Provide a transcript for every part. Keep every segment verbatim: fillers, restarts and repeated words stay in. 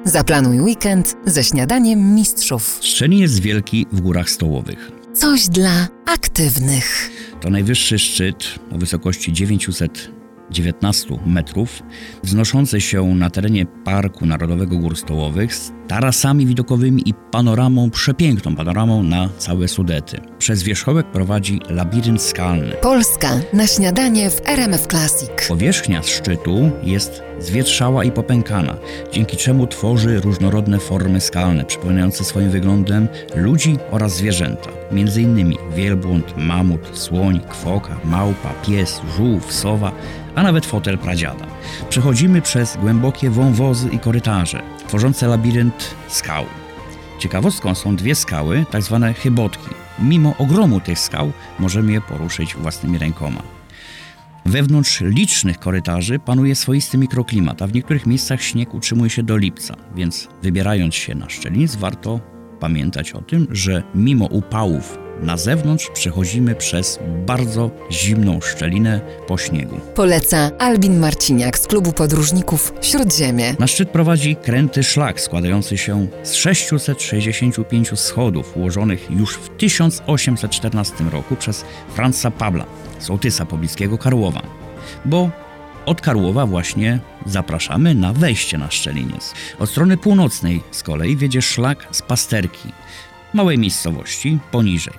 Zaplanuj weekend ze śniadaniem mistrzów. Szczelin jest wielki w Górach Stołowych. Coś dla aktywnych. To najwyższy szczyt o wysokości dziewięćset dziewiętnaście metrów, wznoszący się na terenie Parku Narodowego Gór Stołowych z tarasami widokowymi i panoramą, przepiękną panoramą na całe Sudety. Przez wierzchołek prowadzi labirynt skalny. Polska na śniadanie w R M F Classic. Powierzchnia szczytu jest zwietrzała i popękana, dzięki czemu tworzy różnorodne formy skalne, przypominające swoim wyglądem ludzi oraz zwierzęta. Między innymi wielbłąd, mamut, słoń, kwoka, małpa, pies, żółw, sowa, a nawet fotel pradziada. Przechodzimy przez głębokie wąwozy i korytarze, tworzące labirynt skał. Ciekawostką są dwie skały, tak zwane chybotki. Mimo ogromu tych skał możemy je poruszyć własnymi rękoma. Wewnątrz licznych korytarzy panuje swoisty mikroklimat, a w niektórych miejscach śnieg utrzymuje się do lipca, więc wybierając się na Szczeliniec warto pamiętać o tym, że mimo upałów na zewnątrz przechodzimy przez bardzo zimną szczelinę po śniegu. Poleca Albin Marciniak z klubu podróżników Śródziemie. Na szczyt prowadzi kręty szlak składający się z sześciuset sześćdziesięciu pięciu schodów ułożonych już w tysiąc osiemset czternastym roku przez Franza Pabla, sołtysa pobliskiego Karłowa. Bo od Karłowa właśnie zapraszamy na wejście na Szczeliniec. Od strony północnej z kolei wiedzie szlak z Pasterki, małej miejscowości poniżej.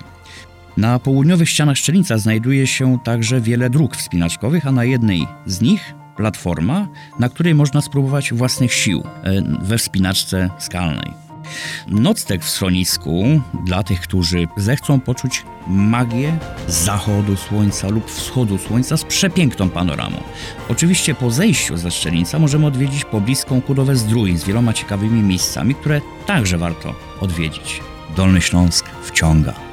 Na południowych ścianach Szczelińca znajduje się także wiele dróg wspinaczkowych, a na jednej z nich platforma, na której można spróbować własnych sił we wspinaczce skalnej. Nocleg w schronisku dla tych, którzy zechcą poczuć magię zachodu słońca lub wschodu słońca z przepiękną panoramą. Oczywiście po zejściu ze Szczelińca możemy odwiedzić pobliską Kudowę-Zdrój z wieloma ciekawymi miejscami, które także warto odwiedzić. Dolny Śląsk wciąga.